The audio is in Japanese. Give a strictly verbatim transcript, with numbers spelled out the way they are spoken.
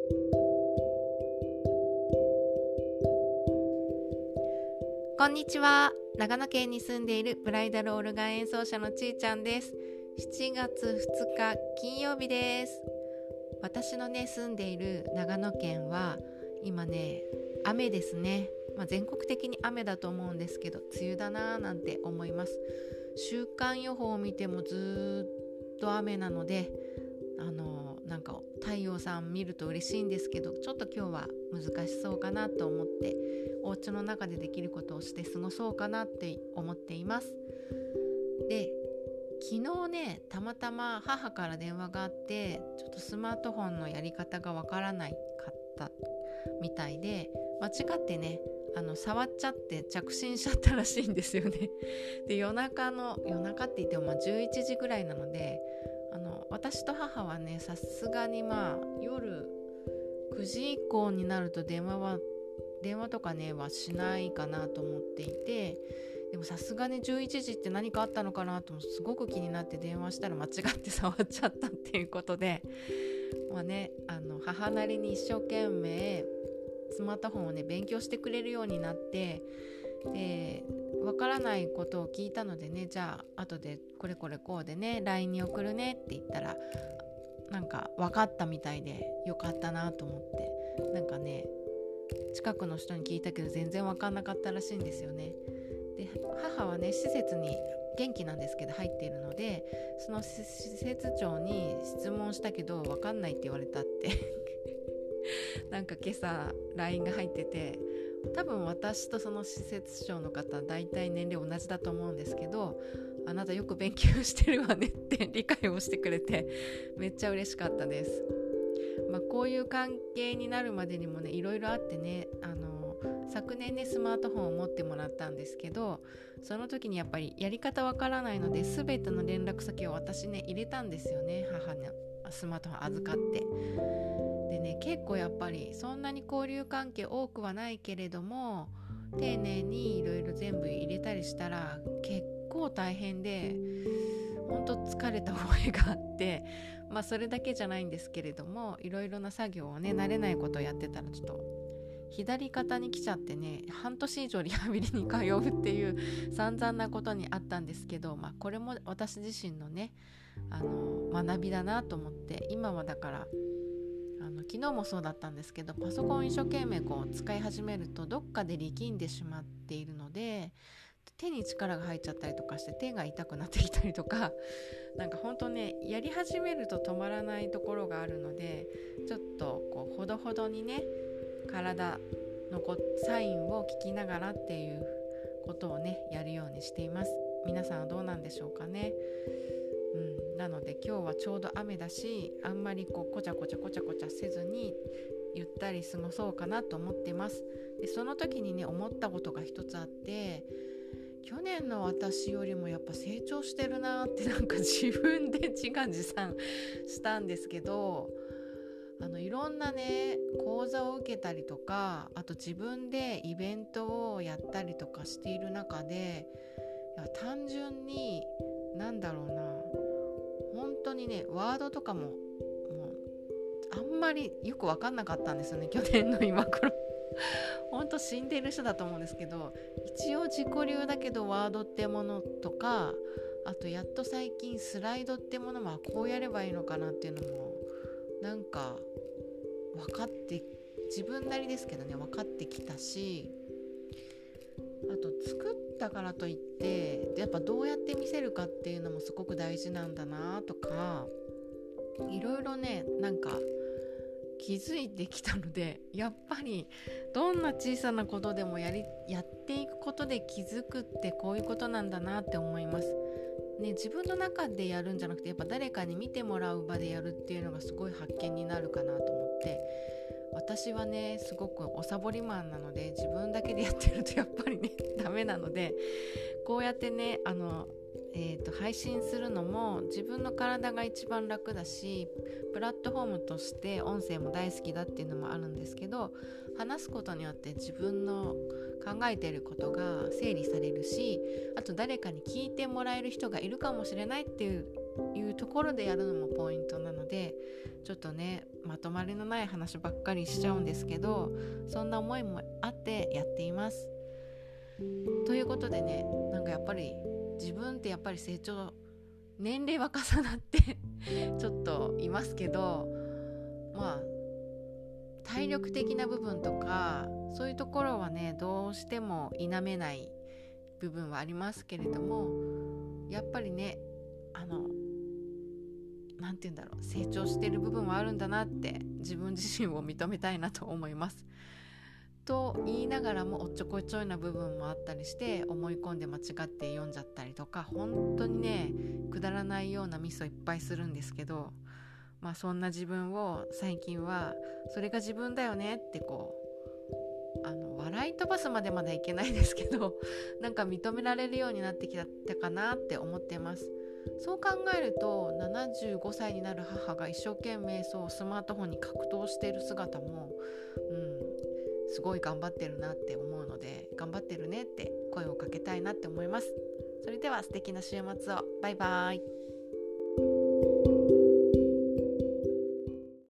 こんにちは。長野県に住んでいるブライダルオルガン演奏者のちーちゃんです。しちがつふつか金曜日です。私のね住んでいる長野県は今ね雨ですね。まあ、全国的に雨だと思うんですけど、梅雨だなーなんて思います。週間予報を見てもずっと雨なので、あのなんか太陽さん見ると嬉しいんですけど、ちょっと今日は難しそうかなと思って、お家の中でできることをして過ごそうかなって思っています。で、昨日ねたまたま母から電話があって、ちょっとスマートフォンのやり方がわからないかったみたいで、間違ってねあの触っちゃって着信しちゃったらしいんですよね。で、夜中の夜中って言ってもまあじゅういちじぐらいなので、あの私と母はねさすがにまあ夜くじ以降になると電話は電話とかねはしないかなと思っていて、でもさすがにじゅういちじって何かあったのかなとすごく気になって電話したら間違って触っちゃったっていうことで、まあね、あの母なりに一生懸命スマートフォンをね勉強してくれるようになって、でわからないことを聞いたのでね、じゃあ後でこれこれこうでね ライン に送るねって言ったら、なんか分かったみたいでよかったなと思って、なんかね近くの人に聞いたけど全然分かんなかったらしいんですよね。で、母はね施設に元気なんですけど入っているので、その施設長に質問したけど分かんないって言われたってなんか今朝 ライン が入ってて、多分私とその施設長の方大体年齢同じだと思うんですけど、あなたよく勉強してるわねって理解をしてくれてめっちゃ嬉しかったです。まあ、こういう関係になるまでにもねいろいろあってね、あの昨年ねスマートフォンを持ってもらったんですけど、その時にやっぱりやり方わからないので全ての連絡先を私ね入れたんですよね。母のスマートフォン預かって、でね結構やっぱりそんなに交流関係多くはないけれども、丁寧にいろいろ全部入れたりしたら結構大変で、本当疲れた覚えがあって、まあそれだけじゃないんですけれども、いろいろな作業をね慣れないことをやってたらちょっと左肩に来ちゃってね、半年以上リハビリに通うっていう散々なことにあったんですけど、まあこれも私自身のねあの学びだなと思って、今はだからあの昨日もそうだったんですけど、パソコン一生懸命こう使い始めるとどっかで力んでしまっているので、手に力が入っちゃったりとかして手が痛くなってきたりとか、なんか本当ねやり始めると止まらないところがあるので、ちょっとこうほどほどにね体のこサインを聞きながらっていうことをねやるようにしています。皆さんはどうなんでしょうかね。うん、なので今日はちょうど雨だし、あんまりこうこちゃこちゃこちゃこちゃせずにゆったり過ごそうかなと思ってます。でその時にね思ったことが一つあって、去年の私よりもやっぱ成長してるなってなんか自分で自画自賛したんですけど、あのいろんなね講座を受けたりとか、あと自分でイベントをやったりとかしている中で、いや単純になんだろうな、本当にねワードとかももうあんまりよく分かんなかったんですよね、去年の今頃本当死んでいる人だと思うんですけど、一応自己流だけどワードってものとか、あとやっと最近スライドってものもこうやればいいのかなっていうのもなんか分かって、自分なりですけどね分かってきたし、あと作ったからといってやっぱどうやって見せるかっていうのもすごく大事なんだなとか、いろいろねなんか気づいてきたので、やっぱりどんな小さなことでもやりやっていくことで気づくってこういうことなんだなって思いますね。自分の中でやるんじゃなくて、やっぱ誰かに見てもらう場でやるっていうのがすごい発見になるかなと思って、私はねすごくおサボりマンなので、自分だけでやってるとやっぱりねダメなので、こうやってねあのえーと、配信するのも自分の体が一番楽だし、プラットフォームとして音声も大好きだっていうのもあるんですけど、話すことによって自分の考えていることが整理されるし、あと誰かに聞いてもらえる人がいるかもしれないっていういうところでやるのもポイントなので、ちょっとねまとまりのない話ばっかりしちゃうんですけど、そんな思いもあってやっています。ということでね、なんかやっぱり自分ってやっぱり成長、年齢は重なってちょっといますけど、まあ体力的な部分とかそういうところはねどうしても否めない部分はありますけれども、やっぱりねあのなんて言うんだろう、成長してる部分はあるんだなって自分自身を認めたいなと思います。と言いながらもおっちょこちょいな部分もあったりして、思い込んで間違って読んじゃったりとか、本当にねくだらないようなミスをいっぱいするんですけど、まあそんな自分を最近はそれが自分だよねってこうあの笑い飛ばすまでまだいけないですけどなんか認められるようになってきたかなって思ってます。そう考えるとななじゅうごさいになる母が一生懸命そうスマートフォンに格闘している姿も、うん、すごい頑張ってるなって思うので、頑張ってるねって声をかけたいなって思います。それでは素敵な週末を。バイバイ。